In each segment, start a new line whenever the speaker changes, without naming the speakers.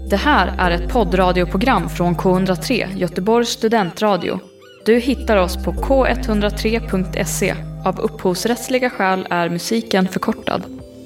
Det här är ett poddradioprogram från K103, Göteborgs studentradio. Du hittar oss på k103.se. Av upphovsrättsliga skäl är musiken förkortad.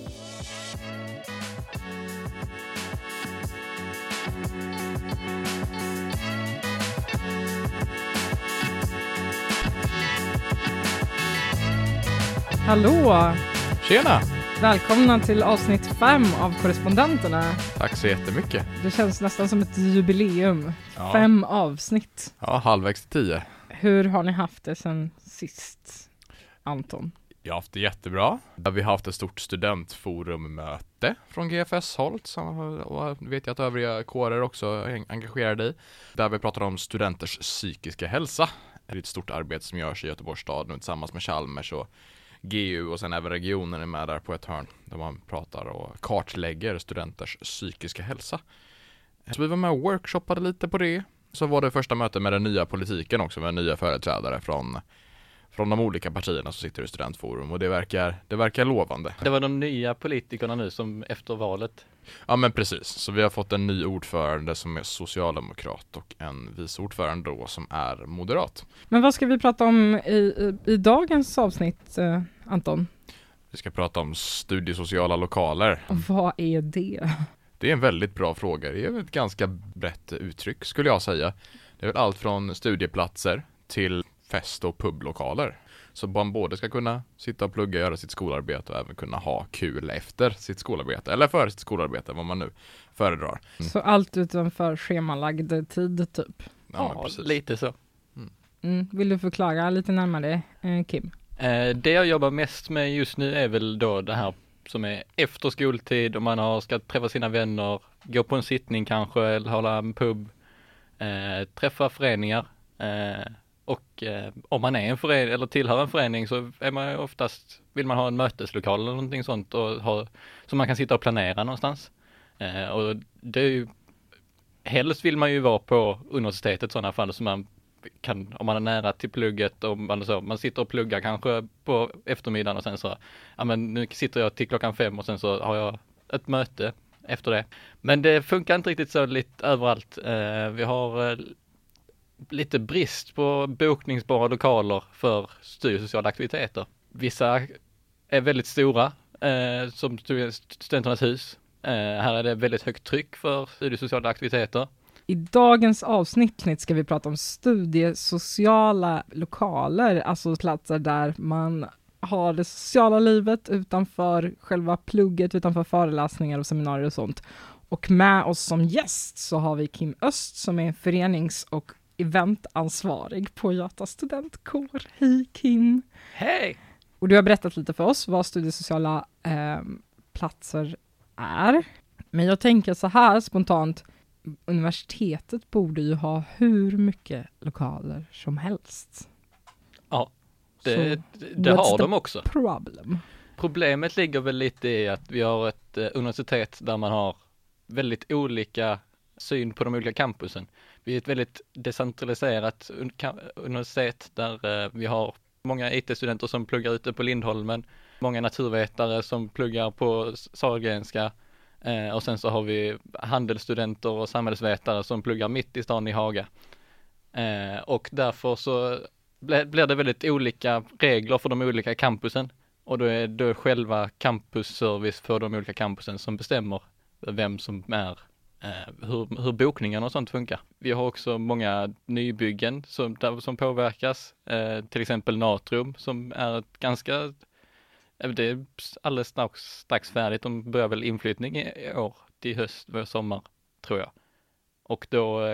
Hallå!
Tjena!
Välkomna till avsnitt 5 av Korrespondenterna.
Tack så jättemycket.
Det känns nästan som ett jubileum.
Ja.
5 avsnitt.
Ja, halvvägs till 10.
Hur har ni haft det sen sist, Anton?
Jag har haft det jättebra. Vi har haft ett stort studentforummöte från GFS-håll. Och vet jag att övriga kårer också är engagerade i. Där vi pratar om studenters psykiska hälsa. Det är ett stort arbete som görs i Göteborgs stad nu tillsammans med Chalmers och GU och sen även regionen är med där på ett hörn där man pratar och kartlägger studenters psykiska hälsa. Så vi var med och workshoppade lite på det. Så var det första mötet med den nya politiken också med nya företrädare från de olika partierna som sitter i studentforum och det verkar lovande.
Det var de nya politikerna nu som efter valet.
Ja men precis, så vi har fått en ny ordförande som är socialdemokrat och en vice ordförande då som är moderat.
Men vad ska vi prata om i dagens avsnitt, Anton?
Vi ska prata om studiesociala lokaler.
Och vad är det?
Det är en väldigt bra fråga. Det är ett ganska brett uttryck skulle jag säga. Det är väl allt från studieplatser till fest- och publokaler. Så man både ska kunna sitta och plugga, göra sitt skolarbete och även kunna ha kul efter sitt skolarbete. Eller före sitt skolarbete, vad man nu föredrar.
Så allt utanför schemalagd tid typ?
Ja, lite så.
Vill du förklara lite närmare, Kim?
Det jag jobbar mest med just nu är väl då det här som är efter skoltid och man ska träffa sina vänner, gå på en sittning kanske eller hålla en pub, träffa föreningar. Och om man är en förening eller tillhör en förening så är man vill man ha en möteslokal eller någonting sånt och så man kan sitta och planera någonstans. Och det är ju, helst vill man ju vara på universitetet i sådana fall så man kan, om man är nära till plugget och man sitter och pluggar kanske på eftermiddagen och sen så, ja men nu sitter jag till 5:00 och sen så har jag ett möte efter det. Men det funkar inte riktigt så lite överallt. Vi har lite brist på bokningsbara lokaler för studiesociala aktiviteter. Vissa är väldigt stora, som Studenternas hus. Här är det väldigt högt tryck för studiesociala aktiviteter.
I dagens avsnitt ska vi prata om studiesociala lokaler, alltså platser där man har det sociala livet utanför själva plugget, utanför föreläsningar och seminarier och sånt. Och med oss som gäst så har vi Kim Öst som är förenings- och eventansvarig på Göta studentkår. Hej Kim!
Hej!
Och du har berättat lite för oss vad studiesociala platser är. Men jag tänker så här spontant, universitetet borde ju ha hur mycket lokaler som helst.
Ja, det har de också. Problemet ligger väl lite i att vi har ett universitet där man har väldigt olika syn på de olika campusen. Vi är ett väldigt decentraliserat universitet där vi har många IT-studenter som pluggar ute på Lindholmen, många naturvetare som pluggar på Sahlgrenska och sen så har vi handelsstudenter och samhällsvetare som pluggar mitt i stan i Haga. Och därför så blir det väldigt olika regler för de olika campusen och då är det själva campusservice för de olika campusen som bestämmer vem som är hur bokningen och sånt funkar. Vi har också många nybyggen som påverkas. Till exempel Natrium som är ett ganska, det är alldeles strax färdigt. De börjar väl inflyttning i år till höst och sommar tror jag. Och då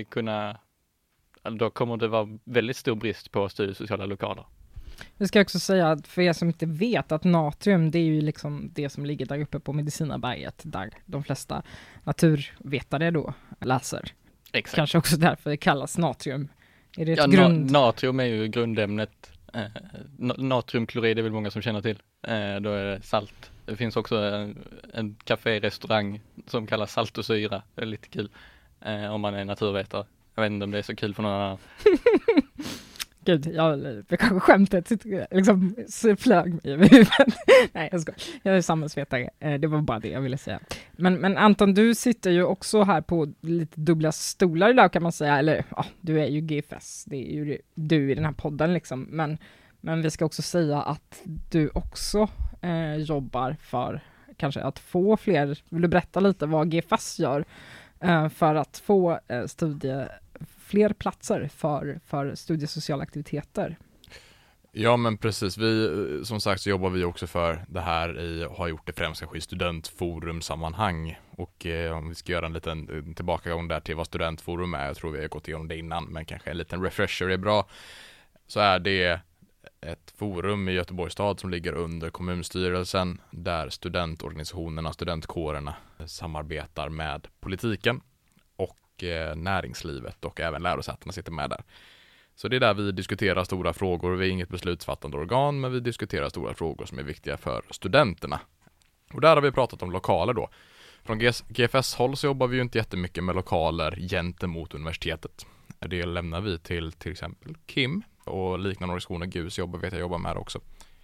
kommer det vara väldigt stor brist på studiesociala lokaler.
Jag ska också säga att för er som inte vet att Natrium, det är ju liksom det som ligger där uppe på Medicinaberget där de flesta naturvetare då läser.
Exakt.
Kanske också därför det kallas natrium. Är det
natrium är ju grundämnet. Natriumklorid är väl många som känner till. Då är det salt. Det finns också en kafé-restaurang som kallas salt och syra. Det är lite kul om man är naturvetare. Jag vet inte om det är så kul för någon annan.
Gud, kanske skämtet liksom flög mig över huvudet. Nej, jag skojar. Jag är samhällsvetare. Det var bara det jag ville säga. Men Anton, du sitter ju också här på lite dubbla stolar idag kan man säga. Eller ja, du är ju GFS. Det är ju du i den här podden liksom. Men vi ska också säga att du också jobbar för kanske att få fler. Vill du berätta lite vad GFS gör för att få fler platser för studiesociala aktiviteter?
Ja men precis, som sagt så jobbar vi också för det här har gjort det främst kanske i studentforumsammanhang och om vi ska göra en liten tillbakagång där till vad studentforum är, jag tror vi har gått igenom det innan men kanske en liten refresher är bra, så är det ett forum i Göteborgs stad som ligger under kommunstyrelsen där studentorganisationerna, studentkårerna samarbetar med politiken och näringslivet och även lärosätena sitter med där. Så det är där vi diskuterar stora frågor. Vi är inget beslutsfattande organ, men vi diskuterar stora frågor som är viktiga för studenterna. Och där har vi pratat om lokaler då. Från GFS-håll så jobbar vi ju inte jättemycket med lokaler gentemot universitetet. Det lämnar vi till exempel Kim och liknande organisationer. GUS jobbar med också.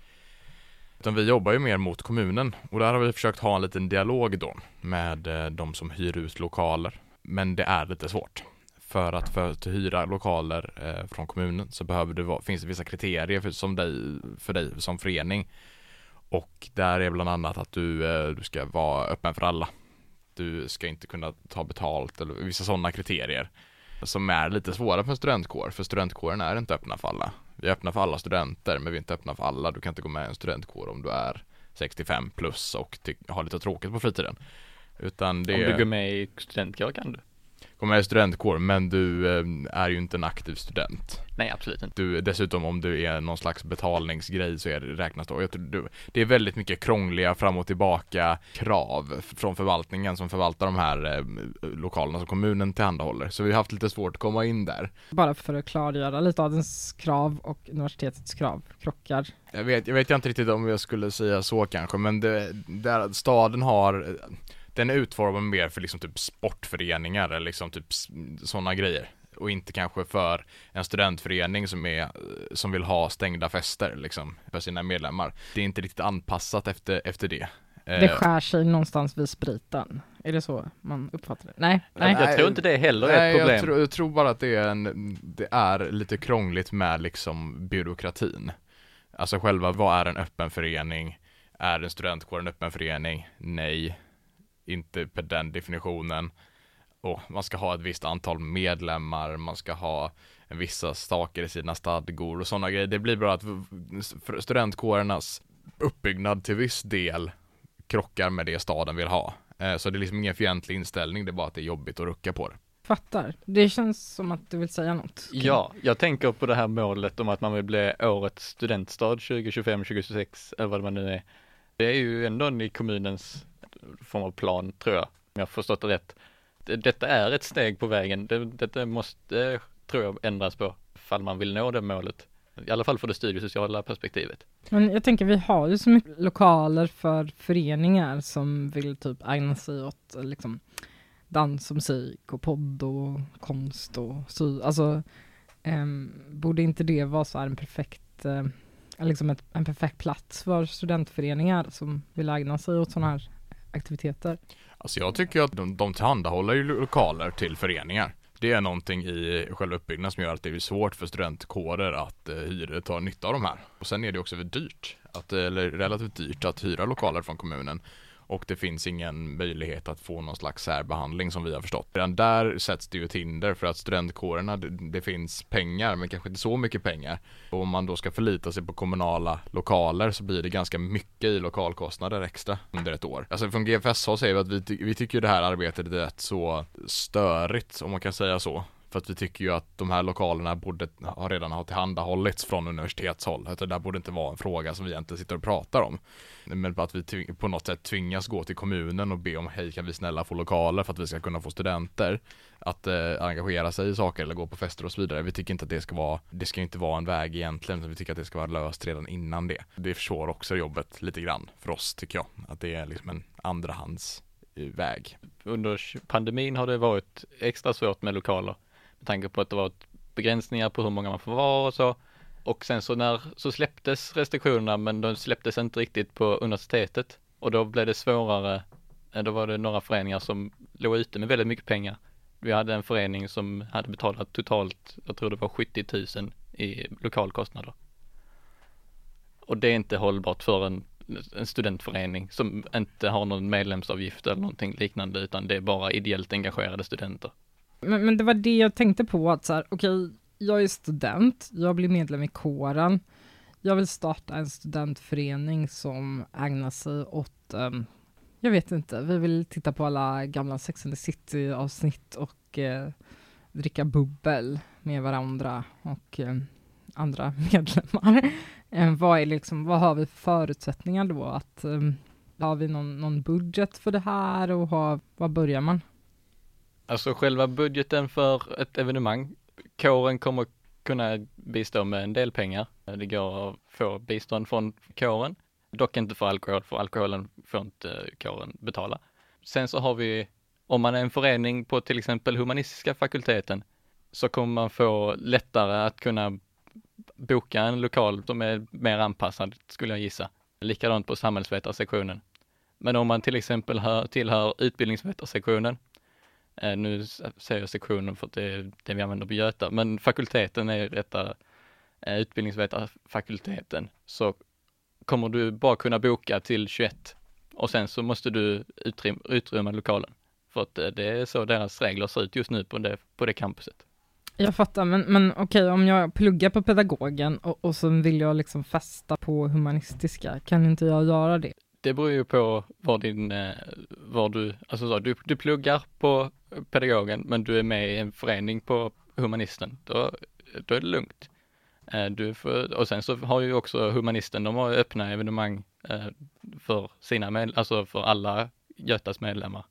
Utan vi jobbar ju mer mot kommunen och där har vi försökt ha en liten dialog då med de som hyr ut lokaler. Men det är lite svårt. För att hyra lokaler från kommunen så finns det vissa kriterier för dig som förening. Och där är bland annat att du ska vara öppen för alla. Du ska inte kunna ta betalt eller vissa sådana kriterier. Som är lite svåra för en studentkår. För studentkåren är inte öppna för alla. Vi är öppna för alla studenter men vi är inte öppna för alla. Du kan inte gå med i en studentkår om du är 65 plus och har lite tråkigt på fritiden. Om
du går med i studentkår kan du.
Gå med i studentkår men du är ju inte en aktiv student.
Nej, absolut inte.
Dessutom om du är någon slags betalningsgrej så räknas då. Det är väldigt mycket krångliga fram och tillbaka krav från förvaltningen som förvaltar de här lokalerna som kommunen tillhandahåller. Så vi har haft lite svårt att komma in där. Bara
för att klargöra lite stadens krav och universitetets krav krockar.
Jag vet inte riktigt om jag skulle säga så kanske, men där staden har... Den är utformad mer för liksom typ sportföreningar eller liksom typ sådana grejer. Och inte kanske för en studentförening som vill ha stängda fester liksom för sina medlemmar. Det är inte riktigt anpassat efter det.
Det skär sig någonstans vid spriten. Är det så man uppfattar det? Nej.
Jag tror inte det heller är ett problem.
Jag tror bara att det är lite krångligt med liksom byråkratin. Alltså själva, vad är en öppen förening? Är en studentkår en öppen förening? Nej. Inte på den definitionen. Och man ska ha ett visst antal medlemmar, man ska ha vissa saker i sina stadgor och sådana grejer. Det blir bara att studentkårernas uppbyggnad till viss del krockar med det staden vill ha. Så det är liksom ingen fientlig inställning, det är bara att det är jobbigt att rucka på det.
Fattar. Det känns som att du vill säga något.
Ja, jag tänker på det här målet om att man vill bli årets studentstad 2025-2026 eller vad man nu är. Det är ju ändå i kommunens form av plan, tror jag. Om jag har förstått det rätt. Detta är ett steg på vägen. Detta måste, tror jag, ändras på ifall man vill nå det målet. I alla fall för det studiesociala perspektivet.
Men jag tänker, vi har ju så mycket lokaler för föreningar som vill typ ägna sig åt liksom dans och musik och podd och konst och så. Alltså, borde inte det vara så här en perfekt liksom en perfekt plats för studentföreningar som vill ägna sig åt sådana här aktiviteter?
Alltså jag tycker att de tillhandahåller ju lokaler till föreningar. Det är någonting i själva uppbyggnaden som gör att det är svårt för studentkårer att ta nytta av de här. Och sen är det också relativt dyrt att hyra lokaler från kommunen. Och det finns ingen möjlighet att få någon slags särbehandling som vi har förstått. Redan där sätts det ju ett hinder för att studentkårerna, det finns pengar men kanske inte så mycket pengar. Och om man då ska förlita sig på kommunala lokaler så blir det ganska mycket i lokalkostnader extra under ett år. Alltså från GFS så säger vi att vi tycker det här arbetet är rätt så störigt om man kan säga så. För att vi tycker ju att de här lokalerna redan ha tillhandahållits från universitetshåll. Att det där borde inte vara en fråga som vi egentligen sitter och pratar om. Men att vi på något sätt tvingas gå till kommunen och be om hej, kan vi snälla få lokaler för att vi ska kunna få studenter att engagera sig i saker eller gå på fester och så vidare. Vi tycker inte att det ska inte vara en väg egentligen. Vi tycker att det ska vara löst redan innan det. Det försvårar också jobbet lite grann för oss, tycker jag. Att det är liksom en andrahands väg.
Under pandemin har det varit extra svårt med lokaler. Med tanke på att det var begränsningar på hur många man får vara och så. Och sen så släpptes restriktionerna, men de släpptes inte riktigt på universitetet. Och då blev det svårare. Då var det några föreningar som låg ute med väldigt mycket pengar. Vi hade en förening som hade betalat totalt, jag tror det var 70 000 i lokalkostnader. Och det är inte hållbart för en studentförening som inte har någon medlemsavgift eller någonting liknande, utan det är bara ideellt engagerade studenter.
Men det var det jag tänkte på, att så här, okej, jag är student, jag blir medlem i kåren, jag vill starta en studentförening som ägnar sig åt, jag vet inte, vi vill titta på alla gamla Sex and the City-avsnitt och dricka bubbel med varandra och andra medlemmar. Vad har vi för förutsättningar då? Har vi någon budget för det här och vad börjar man?
Alltså själva budgeten för ett evenemang, kåren kommer kunna bistå med en del pengar. Det går att få bistånd från kåren, dock inte för alkoholen får inte kåren betala. Sen så har vi, om man är en förening på till exempel humanistiska fakulteten, så kommer man få lättare att kunna boka en lokal som är mer anpassad, skulle jag gissa. Likadant på samhällsvetarsektionen. Men om man till exempel tillhör utbildningsvetarsektionen, nu säger jag sektionen för att det är det vi använder på Göta, men fakulteten är rätta utbildningsvetarfakulteten, så kommer du bara kunna boka till 21 och sen så måste du utrymma lokalen. För att det är så deras regler ser ut just nu på det campuset.
Jag fattar, men okej, om jag pluggar på pedagogen och så vill jag liksom festa på humanistiska, kan inte jag göra det?
Det beror ju på du pluggar på pedagogen, men du är med i en förening på humanisten, då är det lugnt. Och sen så har ju också humanisten, de har öppna evenemang för för alla Götas medlemmar.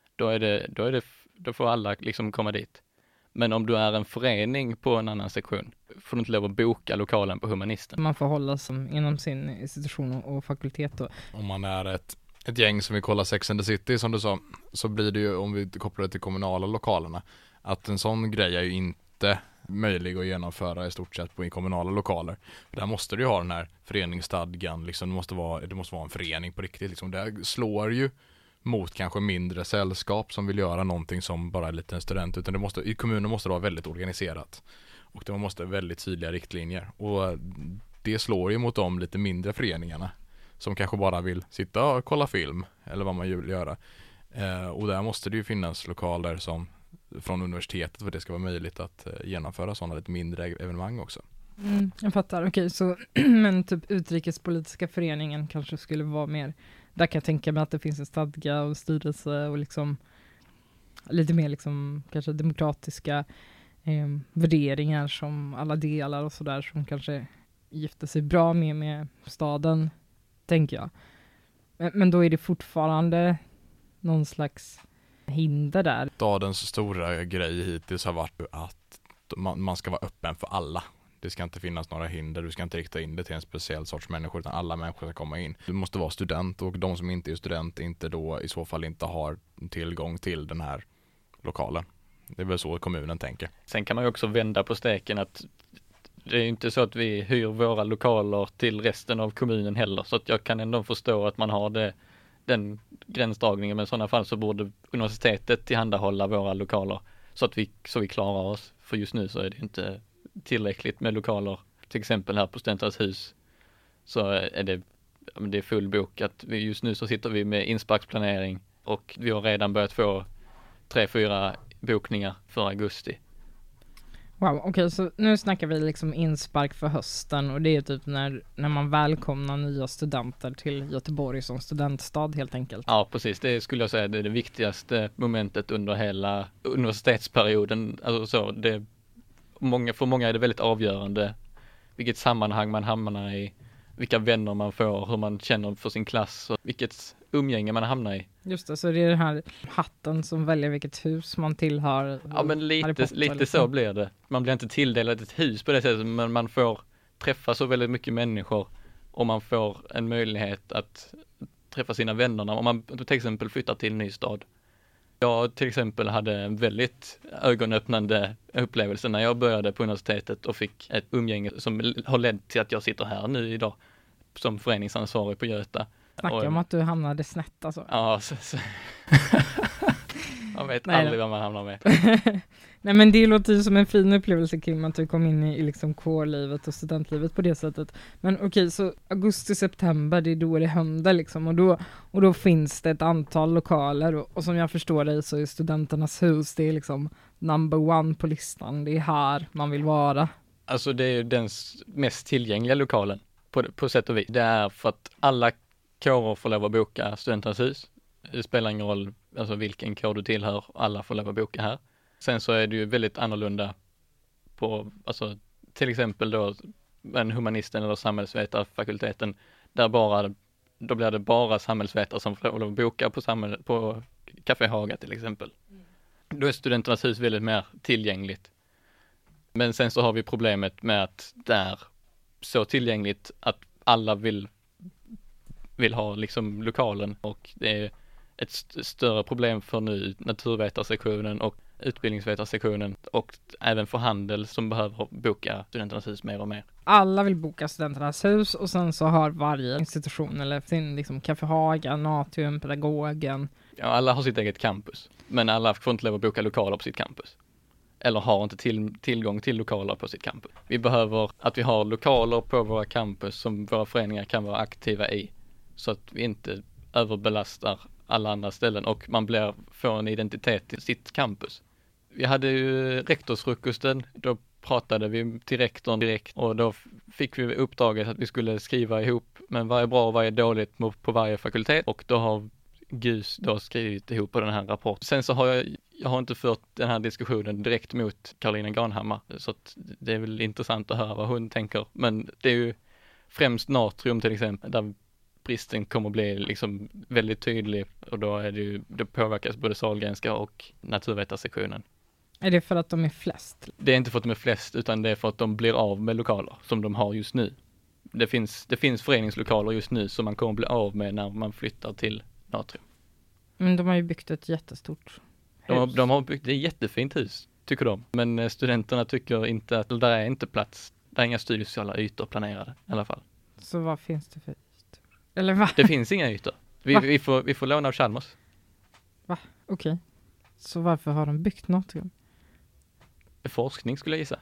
Då får alla liksom komma dit. Men om du är en förening på en annan sektion får du inte lov att boka lokalen på humanisten.
Man får hålla som inom sin institution och fakultet då.
Om man är ett gäng som vill kolla Sex and the City som du sa, så blir det ju, om vi kopplar det till kommunala lokalerna, att en sån grej är ju inte möjlig att genomföra i stort sett i kommunala lokaler. Där måste du ju ha den här föreningsstadgan, liksom, det måste vara en förening på riktigt. Liksom. Det slår ju mot kanske mindre sällskap som vill göra någonting som bara är en liten student, utan i kommunen måste det vara väldigt organiserat och det måste vara väldigt tydliga riktlinjer, och det slår ju mot de lite mindre föreningarna som kanske bara vill sitta och kolla film eller vad man vill göra, och där måste det ju finnas lokaler som från universitetet för att det ska vara möjligt att genomföra sådana lite mindre evenemang också.
Jag fattar, okej, så men typ utrikespolitiska föreningen kanske skulle vara mer, där kan jag tänka mig att det finns en stadga och styrelse och liksom lite mer liksom kanske demokratiska värderingar som alla delar och sådär, som kanske gifter sig bra med staden, tänker jag. Men då är det fortfarande någon slags hinder där.
Stadens stora grej hittills har varit att man ska vara öppen för alla. Det ska inte finnas några hinder, du ska inte rikta in det till en speciell sorts människor, utan alla människor ska komma in. Du måste vara student, och de som inte är student inte då i så fall inte har tillgång till den här lokalen. Det är väl så kommunen tänker.
Sen kan man ju också vända på steken, att det är inte så att vi hyr våra lokaler till resten av kommunen heller, så att jag kan ändå förstå att man har den gränsdragningen, men i sådana fall så borde universitetet tillhandahålla våra lokaler så att vi klarar oss, för just nu så är det inte tillräckligt med lokaler. Till exempel här på Studenternas hus så är det fullbokat. Just nu så sitter vi med insparksplanering och vi har redan börjat få 3-4 bokningar för augusti.
Wow, okej, så nu snackar vi liksom inspark för hösten, och det är typ när man välkomnar nya studenter till Göteborg som studentstad helt enkelt.
Ja, precis. Det skulle jag säga, det är det viktigaste momentet under hela universitetsperioden. Alltså för många är det väldigt avgörande vilket sammanhang man hamnar i, vilka vänner man får, hur man känner för sin klass och vilket umgänge man hamnar i.
Just det, så det är den här hatten som väljer vilket hus man tillhör.
Ja, men lite så blir det. Man blir inte tilldelad ett hus på det sättet, men man får träffa så väldigt mycket människor och man får en möjlighet att träffa sina vänner. Om man till exempel flyttar till en ny stad Jag till exempel hade en väldigt ögonöppnande upplevelse när jag började på universitetet och fick ett umgänge som har lett till att jag sitter här nu idag som föreningsansvarig på Göta.
Snacka om att du hamnade snett alltså.
Ja, man vet aldrig vad man hamnar med.
Nej, men det låter ju som en fin upplevelse, Kim, att du kom in i liksom kårlivet och studentlivet på det sättet. Men okej, så augusti-september, det är då det händer liksom, och då finns det ett antal lokaler och som jag förstår det så är Studenternas hus, det är liksom number one på listan, det är här man vill vara.
Alltså det är den mest tillgängliga lokalen på sätt och vis. Det är för att alla kårer får lov att boka Studenternas hus. Det spelar ingen roll alltså vilken kår du tillhör, alla får lov att boka här. Sen så är det ju väldigt annorlunda på, alltså till exempel då en humanisten eller samhällsvetarfakulteten då blir det bara samhällsvetare som får lov att boka på Café Haga till exempel. Då är Studenternas hus väldigt mer tillgängligt. Men sen så har vi problemet med att det är så tillgängligt att alla vill ha liksom lokalen, och det är ett större problem för nu naturvetarsektionen och utbildningsvetarsektionen och även för handel som behöver boka Studenternas hus mer och mer.
Alla vill boka Studenternas hus och sen så har varje institution eller sin liksom Café Haga, Natrium, Pedagogen.
Ja, alla har sitt eget campus, men alla får inte lov att boka lokaler på sitt campus. Eller har inte tillgång till lokaler på sitt campus. Vi behöver att vi har lokaler på våra campus som våra föreningar kan vara aktiva i, så att vi inte överbelastar alla andra ställen och man får en identitet till sitt campus. Vi hade ju rektorsfrukosten, då pratade vi till rektorn direkt och då fick vi uppdraget att vi skulle skriva ihop, men vad är bra och vad är dåligt på varje fakultet, och då har GUS då skrivit ihop på den här rapporten. Sen så har jag har inte fört den här diskussionen direkt mot Carolina Granhammar, så att det är väl intressant att höra vad hon tänker, men det är ju främst natrium till exempel, där bristen kommer att bli liksom väldigt tydlig, och då är det påverkas både Sahlgrenska och naturvetarsektionen.
Är det för att de är flest?
Det är inte för att de är flest, utan det är för att de blir av med lokaler som de har just nu. Det finns föreningslokaler just nu som man kommer att bli av med när man flyttar till Natrium.
Men de har ju byggt ett jättestort hus.
De har byggt ett jättefint hus, tycker de. Men studenterna tycker inte att där är inte plats. Det är inga studiesociala ytor planerade i alla fall.
Så vad finns det för ytor? Eller va?
Det finns inga ytor. Vi får låna av Chalmers.
Va? Okej. Så varför har de byggt Natrium?
Forskning skulle jag gissa.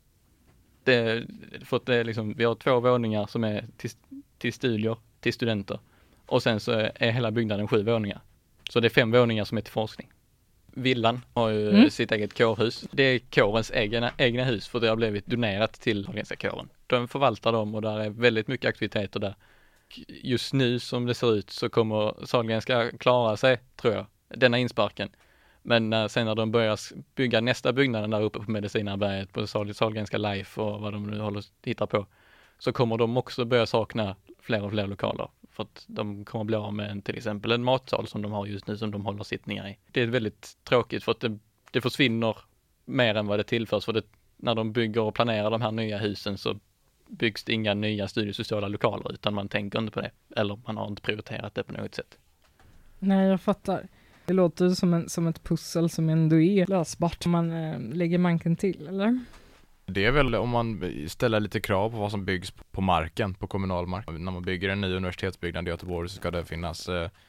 För att det är liksom, vi har 2 våningar som är till studier, till studenter. Och sen så är hela byggnaden 7 våningar. Så det är 5 våningar som är till forskning. Villan har ju sitt eget kårhus. Det är kårens egna hus, för det har blivit donerat till Sahlgrenska kåren. De förvaltar dem och där är väldigt mycket aktiviteter där. Just nu som det ser ut så kommer Sahlgrenska klara sig, tror jag, denna insparken. Men sen när de börjar bygga nästa byggnaden där uppe på Medicinarberget, på Sahlgrenska Life och vad de nu håller att titta på, så kommer de också börja sakna fler och fler lokaler. För att de kommer bli av med till exempel en matsal som de har just nu, som de håller sittningar i. Det är väldigt tråkigt, för att det försvinner mer än vad det tillförs. För när de bygger och planerar de här nya husen så byggs det inga nya studiesociala lokaler, utan man tänker inte på det. Eller man har inte prioriterat det på något sätt.
Nej, jag fattar. Det låter som ett pussel som ändå är lösbart om man lägger manken till, eller?
Det är väl om man ställer lite krav på vad som byggs på marken, på kommunal mark. När man bygger en ny universitetsbyggnad i Göteborg så ska det finnas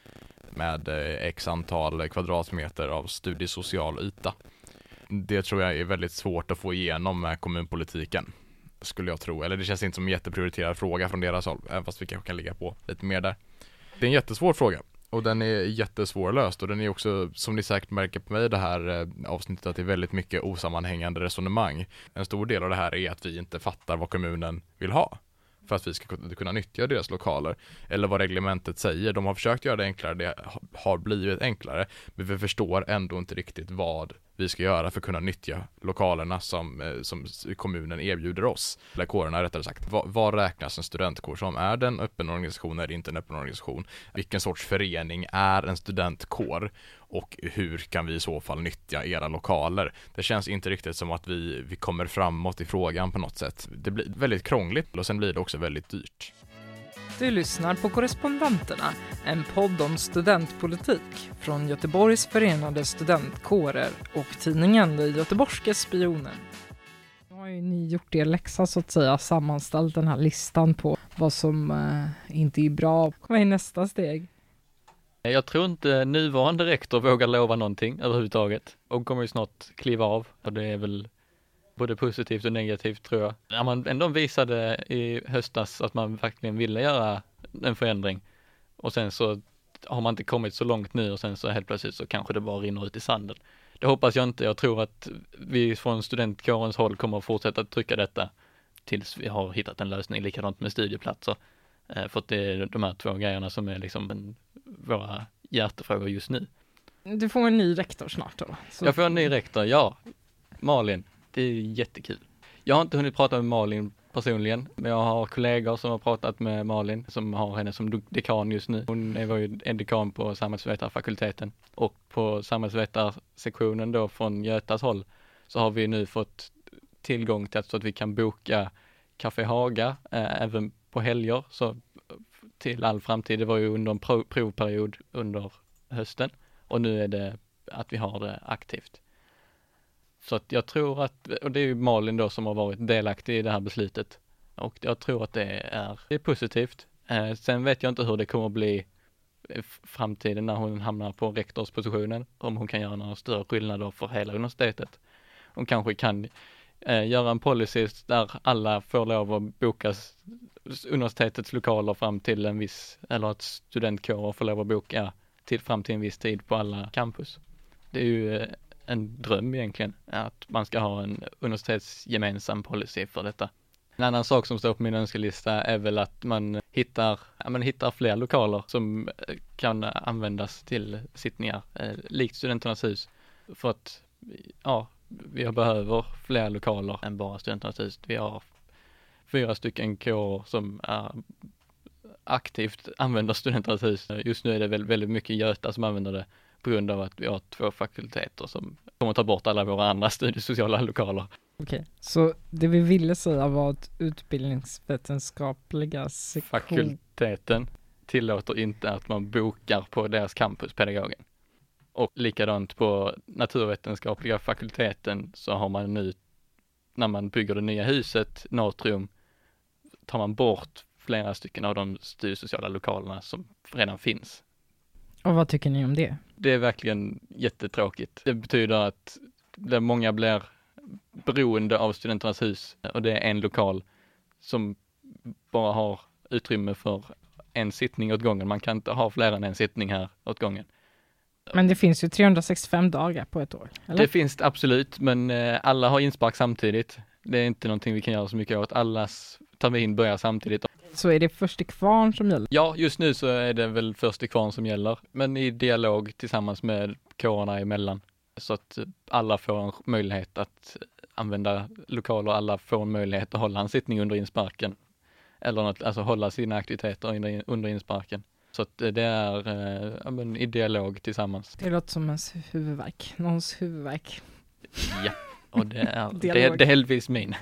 med x antal kvadratmeter av studiesocial yta. Det tror jag är väldigt svårt att få igenom med kommunpolitiken, skulle jag tro. Eller det känns inte som en jätteprioriterad fråga från deras håll, även fast vi kanske kan ligga på lite mer där. Det är en jättesvår fråga. Och den är jättesvårlöst, och den är också, som ni säkert märker på mig i det här avsnittet, att det är väldigt mycket osammanhängande resonemang. En stor del av det här är att vi inte fattar vad kommunen vill ha för att vi ska kunna nyttja deras lokaler, eller vad reglementet säger. De har försökt göra det enklare, det har blivit enklare, men vi förstår ändå inte riktigt vad vi ska göra för att kunna nyttja lokalerna som kommunen erbjuder oss, eller kårerna rättare sagt. Vad räknas en studentkår som? Är det en öppen organisation eller inte en öppen organisation? Vilken sorts förening är en studentkår? Och hur kan vi i så fall nyttja era lokaler? Det känns inte riktigt som att vi kommer framåt i frågan på något sätt. Det blir väldigt krångligt, och sen blir det också väldigt dyrt.
Du lyssnar på Korrespondenterna, en podd om studentpolitik från Göteborgs förenade studentkårer och tidningen Den Göteborgske Spionen. Nu har ju ni gjort er läxa så att säga, sammanställt den här listan på vad som inte är bra. Vad är nästa steg?
Jag tror inte nuvarande rektor vågar lova någonting överhuvudtaget. Och kommer ju snart kliva av. Och det är väl både positivt och negativt tror jag. När man ändå visade i höstas att man verkligen ville göra en förändring. Och sen så har man inte kommit så långt nu och sen så helt plötsligt så kanske det bara rinner ut i sanden. Det hoppas jag inte. Jag tror att vi från studentkårens håll kommer att fortsätta trycka detta tills vi har hittat en lösning, likadant med studieplatser. För att det är de här två grejerna som är liksom våra hjärtefrågor just nu.
Du får en ny rektor snart då. Så.
Jag får en ny rektor, ja. Malin, det är jättekul. Jag har inte hunnit prata med Malin personligen, men jag har kollegor som har pratat med Malin som har henne som dekan just nu. Hon var ju en dekan på samhällsvetarfakulteten och på samhällsvetarsektionen då från Götas håll så har vi nu fått tillgång till så att vi kan boka Café Haga även på helger så till all framtid. Det var ju under en provperiod under hösten och nu är det att vi har det aktivt. Så att jag tror att, och det är ju Malin då som har varit delaktig i det här beslutet och jag tror att det är positivt. Sen vet jag inte hur det kommer att bli i framtiden när hon hamnar på rektorspositionen, om hon kan göra några större skillnader för hela universitetet. Hon kanske kan göra en policy där alla får lov att boka universitetets lokaler fram till en viss, eller att studentkårer får lov att boka fram till en viss tid på alla campus. Det är ju en dröm egentligen att man ska ha en universitetsgemensam policy för detta. En annan sak som står på min önskelista är väl att man hittar fler lokaler som kan användas till sittningar, likt Studenternas hus. För att vi behöver fler lokaler än bara Studenternas hus. Vi har 4 stycken kårer som aktivt använder Studenternas hus. Just nu är det väldigt mycket Göta som använder det på grund av att vi har 2 fakulteter som kommer ta bort alla våra andra studiesociala lokaler.
Okej, så det vi ville säga var att utbildningsvetenskapliga
fakulteten tillåter inte att man bokar på deras campuspedagogen. Och likadant på naturvetenskapliga fakulteten så har man nu, när man bygger det nya huset, Natrium, tar man bort flera stycken av de studiesociala lokalerna som redan finns.
Och vad tycker ni om det?
Det är verkligen jättetråkigt. Det betyder att många blir beroende av Studenternas hus och det är en lokal som bara har utrymme för en sittning åt gången. Man kan inte ha fler än en sittning här åt gången.
Men det finns ju 365 dagar på ett år, eller?
Det finns det absolut, men alla har inspark samtidigt. Det är inte någonting vi kan göra så mycket åt. Allas termin börjar samtidigt.
Så är det först i kvarn som gäller?
Ja, just nu så är det väl först i kvarn som gäller. Men i dialog tillsammans med kårerna emellan. Så att alla får en möjlighet att använda lokaler. Alla får en möjlighet att hålla en sittning under insparken. Eller något, alltså hålla sina aktiviteter under insparken. Så att det är i dialog tillsammans.
Det låter som ens huvudvärk. Någons huvudvärk.
Ja, och det är delvis min.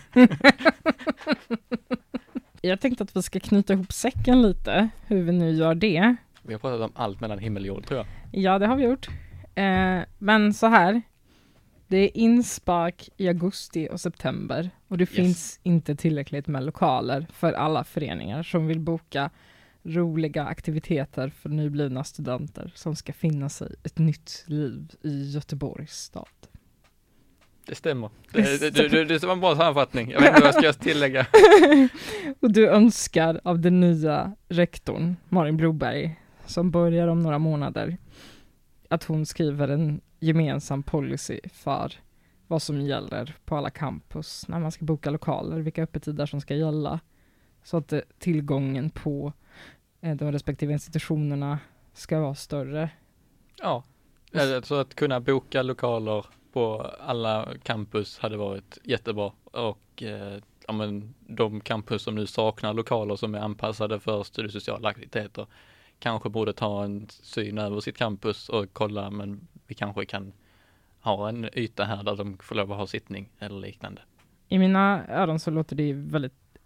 Jag tänkte att vi ska knyta ihop säcken lite, hur vi nu gör det.
Vi har pratat om allt mellan himmel och jord, tror jag.
Ja, det har vi gjort. Men så här, det är inspark i augusti och september och det finns inte tillräckligt med lokaler för alla föreningar som vill boka roliga aktiviteter för nyblivna studenter som ska finna sig ett nytt liv i Göteborgs stad.
Det stämmer. Det var en bra sammanfattning. Jag vet inte vad jag ska tillägga.
Och du önskar av den nya rektorn, Malin Broberg, som börjar om några månader, att hon skriver en gemensam policy för vad som gäller på alla campus när man ska boka lokaler, vilka öppettider som ska gälla, så att tillgången på de respektive institutionerna ska vara större.
Ja, så att kunna boka lokaler på alla campus hade varit jättebra och de campus som nu saknar lokaler som är anpassade för studiesociala aktiviteter kanske borde ta en syn över sitt campus och kolla, men vi kanske kan ha en yta här där de får lov att ha sittning eller liknande.
I mina öron så låter det väldigt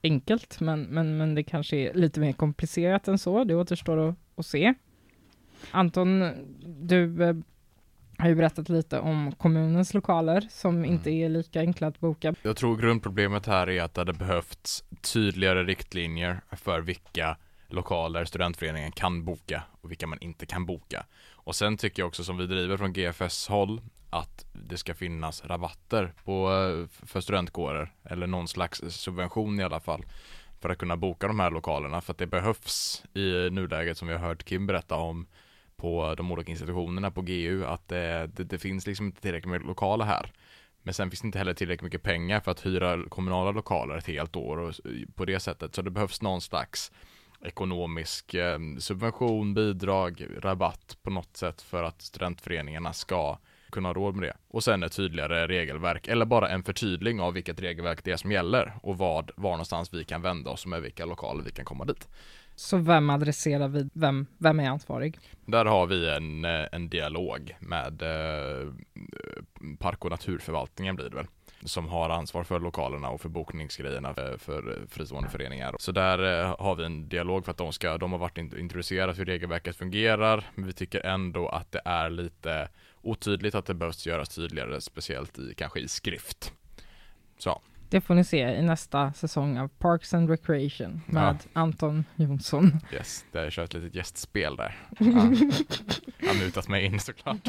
enkelt, men det kanske är lite mer komplicerat än så. Det återstår att se. Anton, du har ju berättat lite om kommunens lokaler som inte är lika enkla att boka.
Jag tror grundproblemet här är att det hade behövts tydligare riktlinjer för vilka lokaler studentföreningen kan boka och vilka man inte kan boka. Och sen tycker jag också, som vi driver från GFS håll, att det ska finnas rabatter för studentkårer eller någon slags subvention i alla fall för att kunna boka de här lokalerna, för att det behövs i nuläget, som vi har hört Kim berätta om på de olika institutionerna på GU, att det finns liksom inte tillräckligt med lokaler här. Men sen finns det inte heller tillräckligt mycket pengar för att hyra kommunala lokaler ett helt år och på det sättet. Så det behövs någon slags ekonomisk subvention, bidrag, rabatt på något sätt för att studentföreningarna ska kunna ha råd med det. Och sen ett tydligare regelverk, eller bara en förtydling av vilket regelverk det är som gäller och var någonstans vi kan vända oss med vilka lokaler vi kan komma dit.
Så vem adresserar vi? Vem är ansvarig?
Där har vi en dialog med Park- och naturförvaltningen blir det väl, som har ansvar för lokalerna och för bokningsgrejerna för fristående föreningar. Så där har vi en dialog för att de har varit intresserade hur regelverket fungerar, men vi tycker ändå att det är lite otydligt, att det behövs göras tydligare, speciellt kanske i skrift. Så.
Det får ni se i nästa säsong av Parks and Recreation med Anton Jonsson.
Yes, där har jag kört ett litet gästspel där. Jag har mutat mig in såklart.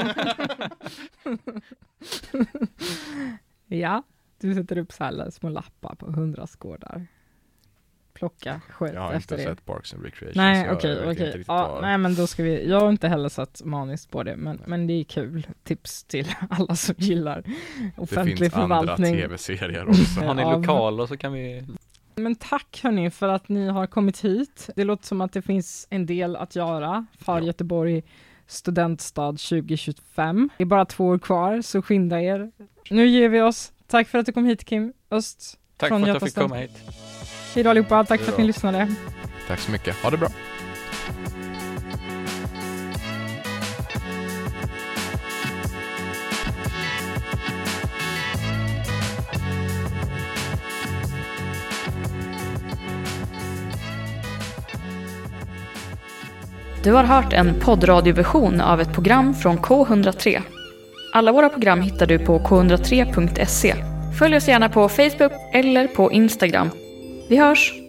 Ja, du sätter upp så här små lappar på 100 skådar. Plocka skit efter det.
Jag har inte sett Parks and Recreation.
Nej, okej. Ja, nej, men då ska vi... Jag har inte heller sett maniskt på det, men det är kul. Tips till alla som gillar offentlig förvaltning.
Det finns andra tv-serier också.
Har ni lokaler så kan vi...
Men tack hörni för att ni har kommit hit. Det låter som att det finns en del att göra för Göteborg studentstad 2025. Det är bara 2 år kvar, så skynda er. Nu ger vi oss. Tack för att du kom hit, Kim Öst.
Tack för att jag fick komma hit.
Hej då allihopa, tack för att ni lyssnade.
Tack så mycket, ha det bra.
Du har hört en poddradioversion av ett program från K103. Alla våra program hittar du på k103.se. Följ oss gärna på Facebook eller på Instagram. Vi hörs!